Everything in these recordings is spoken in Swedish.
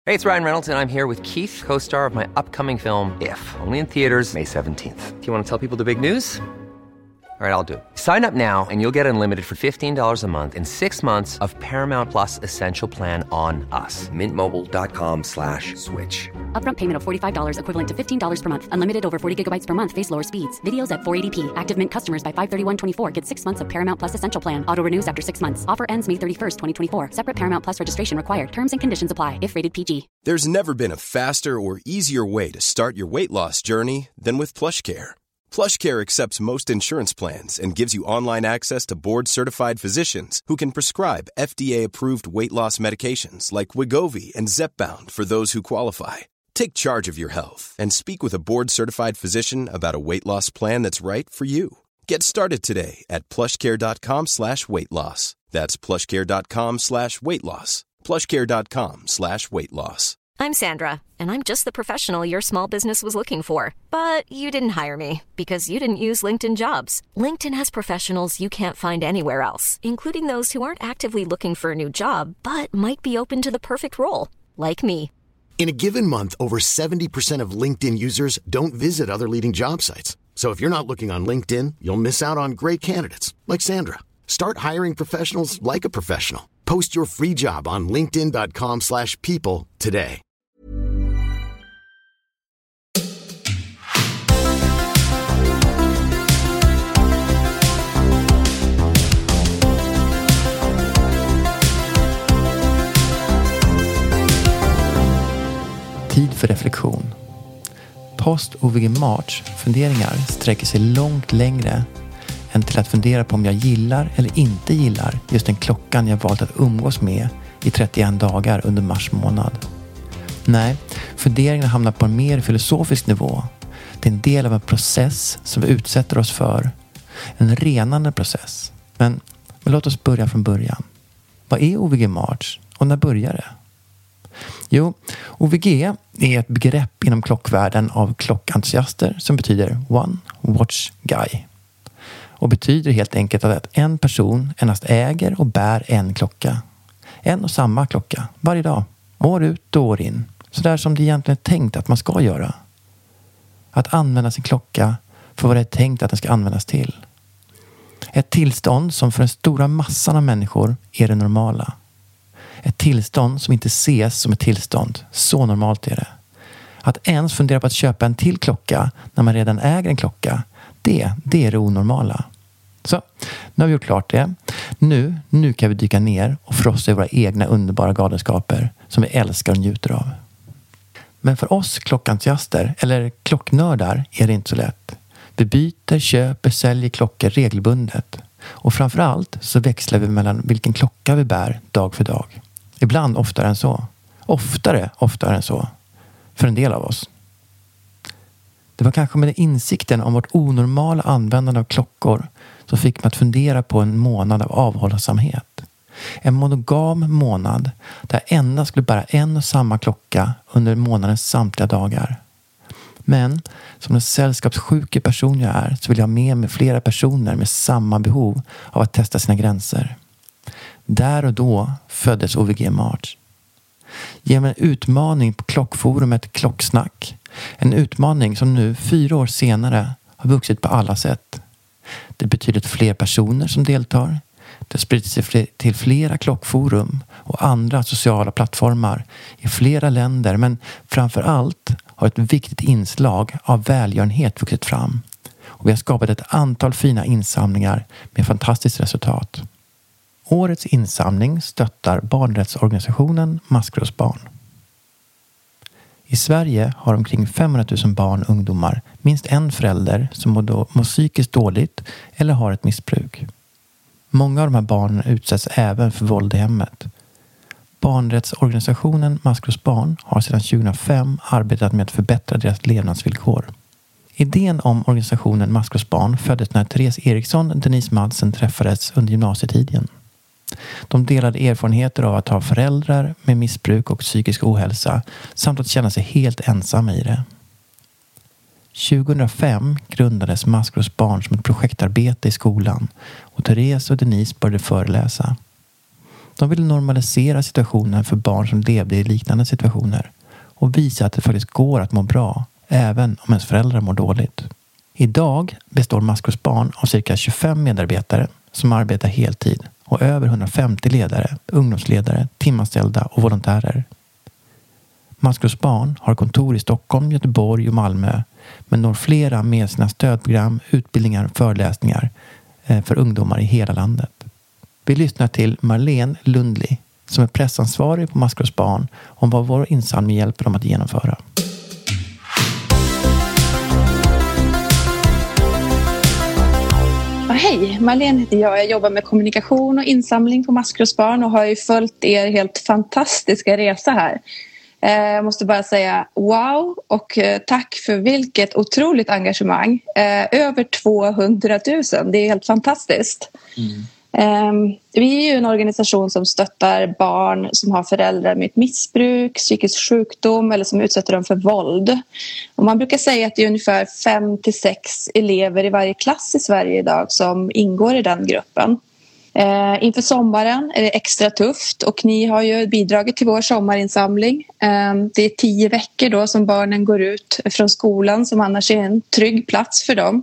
Hey, it's Ryan Reynolds, and I'm here with Keith, co-star of my upcoming film, If, only in theaters May 17th. Do you want to tell people the big news? All right, I'll do it. Sign up now and you'll get unlimited for $15 a month and 6 months of Paramount Plus Essential Plan on us. MintMobile.com/switch. Upfront payment of $45 equivalent to $15 per month. Unlimited over 40 gigabytes per month. Face lower speeds. Videos at 480p. Active Mint customers by 531.24 get 6 months of Paramount Plus Essential Plan. Auto renews after 6 months. Offer ends May 31st, 2024. Separate Paramount Plus registration required. Terms and conditions apply if rated PG. There's never been a faster or easier way to start your weight loss journey than with PlushCare. PlushCare accepts most insurance plans and gives you online access to board-certified physicians who can prescribe FDA-approved weight loss medications like Wegovy and Zepbound for those who qualify. Take charge of your health and speak with a board-certified physician about a weight loss plan that's right for you. Get started today at plushcare.com/weightloss. That's plushcare.com/weightloss. plushcare.com/weightloss. I'm Sandra, and I'm just the professional your small business was looking for. But you didn't hire me because you didn't use LinkedIn Jobs. LinkedIn has professionals you can't find anywhere else, including those who aren't actively looking for a new job, but might be open to the perfect role, like me. In a given month, over 70% of LinkedIn users don't visit other leading job sites. So if you're not looking on LinkedIn, you'll miss out on great candidates, like Sandra. Start hiring professionals like a professional. Post your free job on linkedin.com/people today. Tid för reflektion. Post-OVG March funderingar sträcker sig långt längre än till att fundera på om jag gillar eller inte gillar just den klockan jag valt att umgås med i 31 dagar under mars månad. Nej, funderingarna hamnar på en mer filosofisk nivå. Det är en del av en process som vi utsätter oss för. En renande process. Men låt oss börja från början. Vad är OVG March och när börjar det? Jo, OVG är ett begrepp inom klockvärlden av klockentusiaster som betyder One Watch Guy. Och betyder helt enkelt att en person endast äger och bär en klocka. En och samma klocka, varje dag. År ut och år in. Så där som det egentligen är tänkt att man ska göra. Att använda sin klocka för vad det är tänkt att den ska användas till. Ett tillstånd som för den stora massan av människor är det normala. Ett tillstånd som inte ses som ett tillstånd. Så normalt är det. Att ens fundera på att köpa en till klocka när man redan äger en klocka, det är det onormala. Så, nu har vi gjort klart det. Nu kan vi dyka ner och frossa i våra egna underbara galenskaper som vi älskar och njuter av. Men för oss klockentusiaster eller klocknördar är det inte så lätt. Vi byter, köper, säljer klockor regelbundet. Och framförallt så växlar vi mellan vilken klocka vi bär dag för dag. Ibland oftare än så. Oftare än så. För en del av oss. Det var kanske med insikten om vårt onormala användande av klockor som fick mig att fundera på en månad av avhållsamhet. En monogam månad där jag endast skulle bära en och samma klocka under månadens samtliga dagar. Men som den sällskapssjuke person jag är så vill jag ha med mig flera personer med samma behov av att testa sina gränser. Där och då föddes OVG March. Genom en utmaning på klockforumet Klocksnack. En utmaning som nu 4 år senare har vuxit på alla sätt. Det betyder fler personer som deltar. Det har spridit sig till flera klockforum och andra sociala plattformar i flera länder. Men framför allt har ett viktigt inslag av välgörenhet vuxit fram. Och vi har skapat ett antal fina insamlingar med fantastiskt resultat. Årets insamling stöttar barnrättsorganisationen Maskrosbarn. I Sverige har omkring 500 000 barn och ungdomar minst en förälder som mår psykiskt dåligt eller har ett missbruk. Många av de här barnen utsätts även för våld i hemmet. Barnrättsorganisationen Maskrosbarn har sedan 2005 arbetat med att förbättra deras levnadsvillkor. Idén om organisationen Maskrosbarn föddes när Therese Eriksson och Denise Madsen träffades under gymnasietiden. De delade erfarenheter av att ha föräldrar med missbruk och psykisk ohälsa samt att känna sig helt ensamma i det. 2005 grundades Maskrosbarn som ett projektarbete i skolan och Therese och Denise började föreläsa. De ville normalisera situationen för barn som levde i liknande situationer och visa att det faktiskt går att må bra även om ens föräldrar mår dåligt. Idag består Maskrosbarn av cirka 25 medarbetare som arbetar heltid och över 150 ledare, ungdomsledare, timanställda och volontärer. Maskrosbarn har kontor i Stockholm, Göteborg och Malmö, men når flera med sina stödprogram, utbildningar och föreläsningar för ungdomar i hela landet. Vi lyssnar till Marlene Lundli som är pressansvarig på Maskrosbarn om vad vår insamling hjälper dem att genomföra. Hej, Marlene heter jag. Jag jobbar med kommunikation och insamling på Maskrosbarn och har ju följt er helt fantastiska resa här. Jag måste bara säga wow och tack för vilket otroligt engagemang. Över 200 000, det är helt fantastiskt. Vi är ju en organisation som stöttar barn som har föräldrar med ett missbruk, psykisk sjukdom eller som utsätter dem för våld. Och man brukar säga att det är ungefär 5-6 elever i varje klass i Sverige idag som ingår i den gruppen. Inför sommaren är det extra tufft och ni har ju bidragit till vår sommarinsamling. Det är 10 veckor då som barnen går ut från skolan som annars är en trygg plats för dem.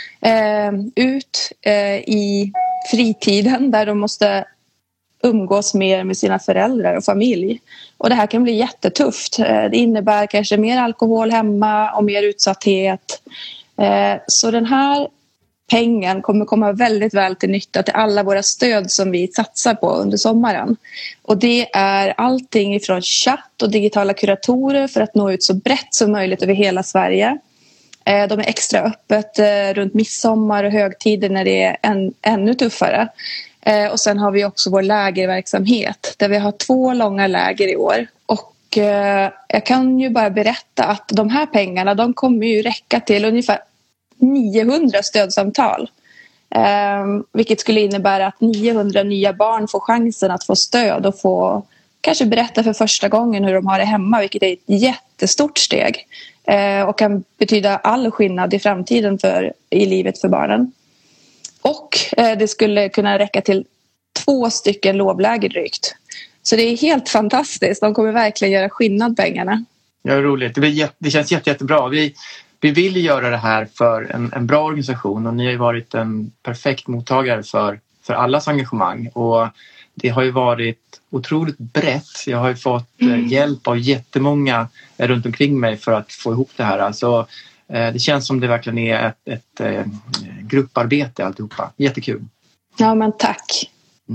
Ut i fritiden där de måste umgås mer med sina föräldrar och familj. Och det här kan bli jättetufft. Det innebär kanske mer alkohol hemma och mer utsatthet. Så den här pengen kommer komma väldigt väl till nytta till alla våra stöd som vi satsar på under sommaren. Och det är allting ifrån chatt och digitala kuratorer för att nå ut så brett som möjligt över hela Sverige. De är extra öppet runt midsommar och högtider när det är ännu tuffare. Och sen har vi också vår lägerverksamhet där vi har 2 långa läger i år. Och jag kan ju bara berätta att de här pengarna de kommer ju räcka till ungefär 900 stödsamtal. Vilket skulle innebära att 900 nya barn får chansen att få stöd och få kanske berätta för första gången hur de har det hemma, vilket är ett jättestort steg. Och kan betyda all skillnad i framtiden i livet för barnen. Och det skulle kunna räcka till 2 stycken lovläger drygt. Så det är helt fantastiskt. De kommer verkligen göra skillnad pengarna. Ja, roligt. Det känns jättebra. Vi vill göra det här för en bra organisation och ni har ju varit en perfekt mottagare för allas engagemang. Och det har ju varit otroligt brett. Jag har ju fått hjälp av jättemånga runt omkring mig för att få ihop det här. Alltså, det känns som det verkligen är ett grupparbete alltihopa. Jättekul. Ja, men tack.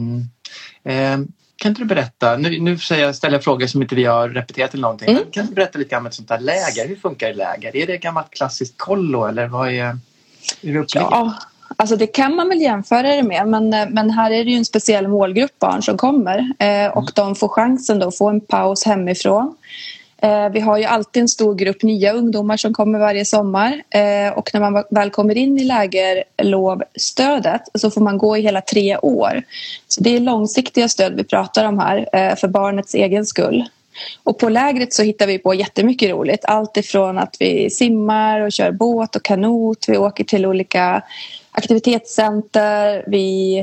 Kan inte du berätta, nu ställer jag frågor som inte vi har repeterat eller någonting. Kan du berätta lite grann om ett sånt här läger? Hur funkar det läger? Är det ett gammalt klassiskt kollo eller vad är det upplägget? Ja, alltså det kan man väl jämföra det med. Men här är det ju en speciell målgrupp barn som kommer. Och de får chansen då att få en paus hemifrån. Vi har ju alltid en stor grupp nya ungdomar som kommer varje sommar. Och när man väl kommer in i lägerlovstödet så får man gå i hela 3 år. Så det är långsiktiga stöd vi pratar om här för barnets egen skull. Och på lägret så hittar vi på jättemycket roligt. Allt ifrån att vi simmar och kör båt och kanot. Vi åker till olika aktivitetscenter.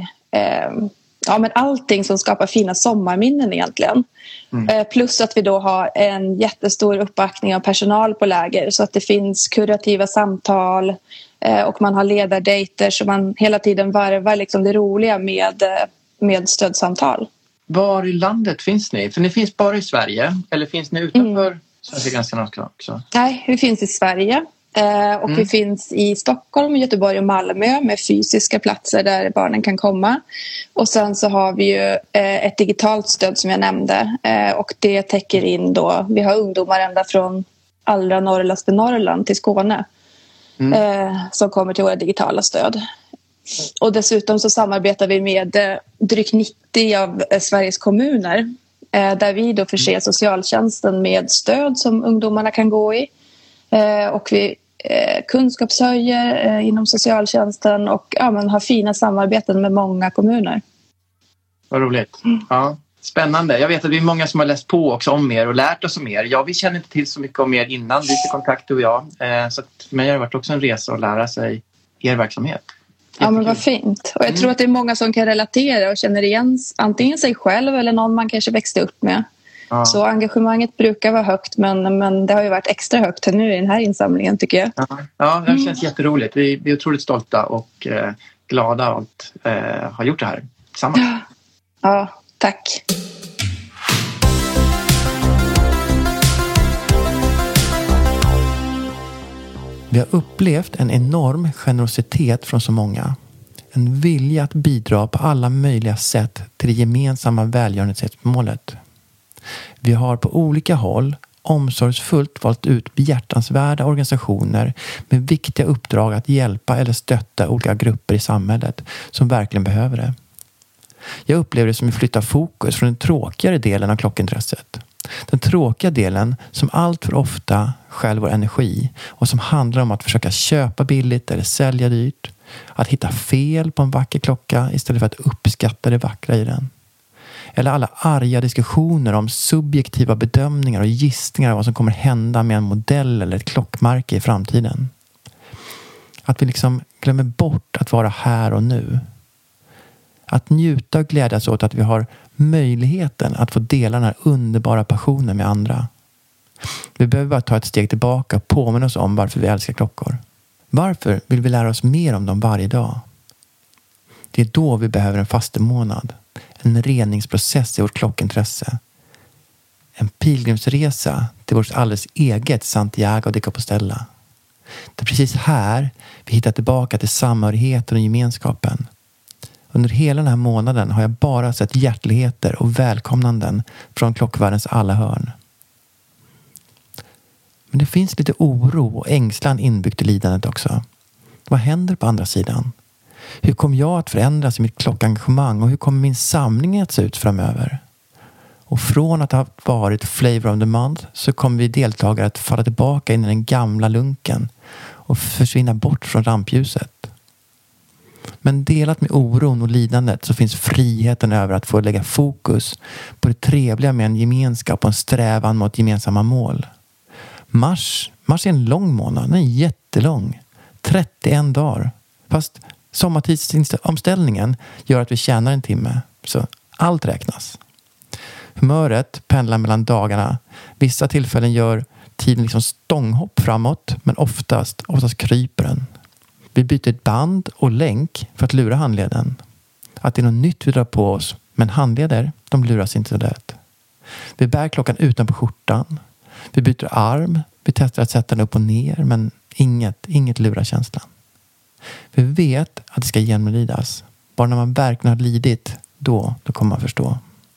Men allting som skapar fina sommarminnen egentligen. Plus att vi då har en jättestor uppbackning av personal på läger så att det finns kurativa samtal och man har ledardejter så man hela tiden varvar liksom det roliga med stödsamtal. Var i landet finns ni? För ni finns bara i Sverige eller finns ni utanför Sverige ganska också? Nej, vi finns i Sverige. Och vi finns i Stockholm, Göteborg och Malmö med fysiska platser där barnen kan komma. Och sen så har vi ju ett digitalt stöd som jag nämnde. Och det täcker in då, vi har ungdomar ända från allra norrligaste Norrland till Skåne. Som kommer till våra digitala stöd. Och dessutom så samarbetar vi med drygt 90 av Sveriges kommuner. Där vi då förser socialtjänsten med stöd som ungdomarna kan gå i. Och vi kunskapshöjer inom socialtjänsten och har fina samarbeten med många kommuner. Vad roligt. Ja, spännande. Jag vet att vi är många som har läst på också om er och lärt oss om er. Ja, vi känner inte till så mycket om er innan, lite kontakt du och jag. Så att för mig har det varit också en resa att lära sig er verksamhet. Ja, men vad fint. Och jag tror att det är många som kan relatera och känner igen antingen sig själv eller någon man kanske växte upp med. Ja. Så engagemanget brukar vara högt, men det har ju varit extra högt nu i den här insamlingen, tycker jag. Ja, det känns jätteroligt. Vi är otroligt stolta och glada att ha gjort det här tillsammans. Ja, tack. Vi har upplevt en enorm generositet från så många. En vilja att bidra på alla möjliga sätt till det gemensamma välgörenhetsmålet. Vi har på olika håll omsorgsfullt valt ut behjärtansvärda organisationer med viktiga uppdrag att hjälpa eller stötta olika grupper i samhället som verkligen behöver det. Jag upplever det som att flytta fokus från den tråkigare delen av klockintresset. Den tråkiga delen som allt för ofta stjäl vår energi och som handlar om att försöka köpa billigt eller sälja dyrt. Att hitta fel på en vacker klocka istället för att uppskatta det vackra i den. Eller alla arga diskussioner om subjektiva bedömningar och gissningar av vad som kommer hända med en modell eller ett klockmärke i framtiden. Att vi liksom glömmer bort att vara här och nu. Att njuta och glädjas åt att vi har möjligheten att få dela den här underbara passionen med andra. Vi behöver bara ta ett steg tillbaka och påminna oss om varför vi älskar klockor. Varför vill vi lära oss mer om dem varje dag? Det är då vi behöver en fastemånad. En reningsprocess i vårt klockintresse. En pilgrimsresa till vårt alldeles eget Santiago de Compostela. Det är precis här vi hittar tillbaka till samhörigheten och gemenskapen. Under hela den här månaden har jag bara sett hjärtligheter och välkomnanden från klockvärldens alla hörn. Men det finns lite oro och ängslan inbyggt i lidandet också. Vad händer på andra sidan? Hur kommer jag att förändras i mitt klockengagemang och hur kommer min samling att se ut framöver? Och från att ha varit flavor of the month så kommer vi deltagare att falla tillbaka in i den gamla lunken och försvinna bort från rampljuset. Men delat med oron och lidandet så finns friheten över att få lägga fokus på det trevliga med en gemenskap och en strävan mot gemensamma mål. Mars är en lång månad, den är jättelång. 31 dagar. Fast sommartidsomställningen gör att vi tjänar en timme. Så allt räknas. Humöret pendlar mellan dagarna. Vissa tillfällen gör tiden liksom stånghopp framåt, men oftast kryper den. Vi byter band och länk för att lura handleden. Att det är något nytt vi drar på oss, men handleder, de luras inte så lätt. Vi bär klockan utanpå skjortan. Vi byter arm. Vi testar att sätta den upp och ner, men inget lurar känslan. Vi vet att det ska genomlidas. Bara när man verkligen har lidit, då kommer man förstå.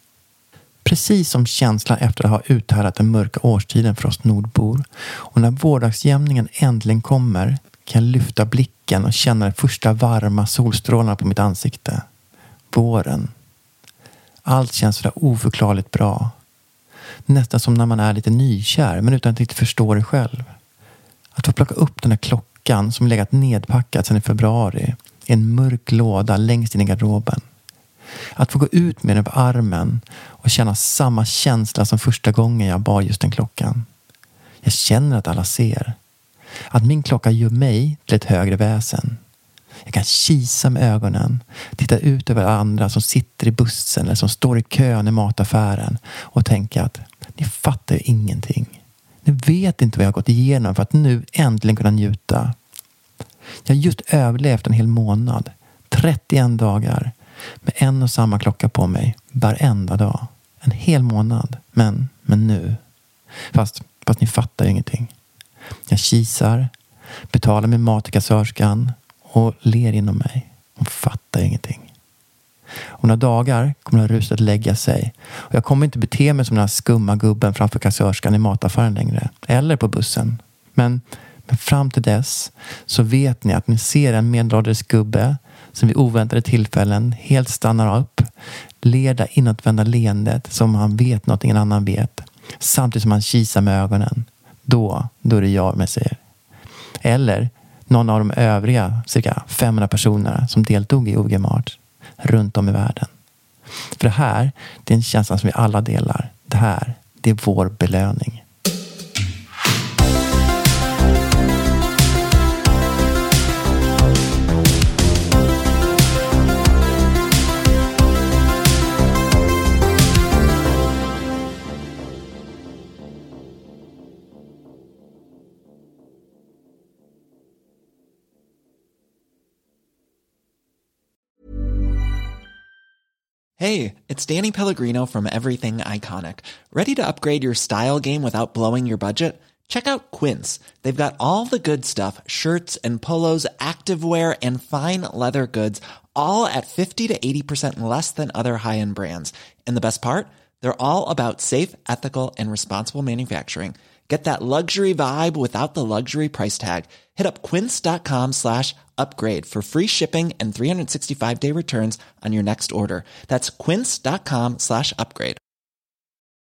Precis som känslan efter att ha uthärdat den mörka årstiden för oss nordbor. Och när vårdagsjämningen äntligen kommer kan jag lyfta blicken och känna de första varma solstrålarna på mitt ansikte. Våren. Allt känns så där oförklarligt bra. Nästan som när man är lite nykär men utan att inte förstå det själv. Att få plocka upp den här klockan som legat nedpackad sedan i februari i en mörk låda längst in i garderoben. Att få gå ut med den på armen och känna samma känsla som första gången jag bar just den klockan. Jag känner att alla ser. Att min klocka gör mig till ett högre väsen. Jag kan kisa med ögonen, titta ut över andra som sitter i bussen eller som står i kön i mataffären och tänka att ni fattar ju ingenting. Ni vet inte vad jag har gått igenom för att nu äntligen kunna njuta. Jag har just överlevt en hel månad, 31 dagar, med en och samma klocka på mig varenda dag. En hel månad, men nu. Fast ni fattar ju ingenting. Jag kisar, betalar min mat till kassörskan och ler inom mig. Hon fattar ingenting. Om några dagar kommer ruset att lägga sig. Och jag kommer inte bete mig som den här skumma gubben framför kassörskan i mataffären längre. Eller på bussen. Men fram till dess så vet ni att ni ser en medelålders gubbe som vid oväntade tillfällen helt stannar upp. Leder inåtvända leendet som han vet något ingen annan vet. Samtidigt som han kisar med ögonen. Då är det jag med sig. Eller någon av de övriga cirka 500 personer som deltog i OG March runt om i världen. För det här, det är en känsla som vi alla delar. Det här, det är vår belöning. Hey, it's Danny Pellegrino from Everything Iconic. Ready to upgrade your style game without blowing your budget? Check out Quince. They've got all the good stuff, shirts and polos, activewear, and fine leather goods, all at 50 to 80% less than other high-end brands. And the best part? They're all about safe, ethical, and responsible manufacturing. Get that luxury vibe without the luxury price tag. Hit up quince.com/upgrade for free shipping and 365-day returns on your next order. That's quince.com/upgrade.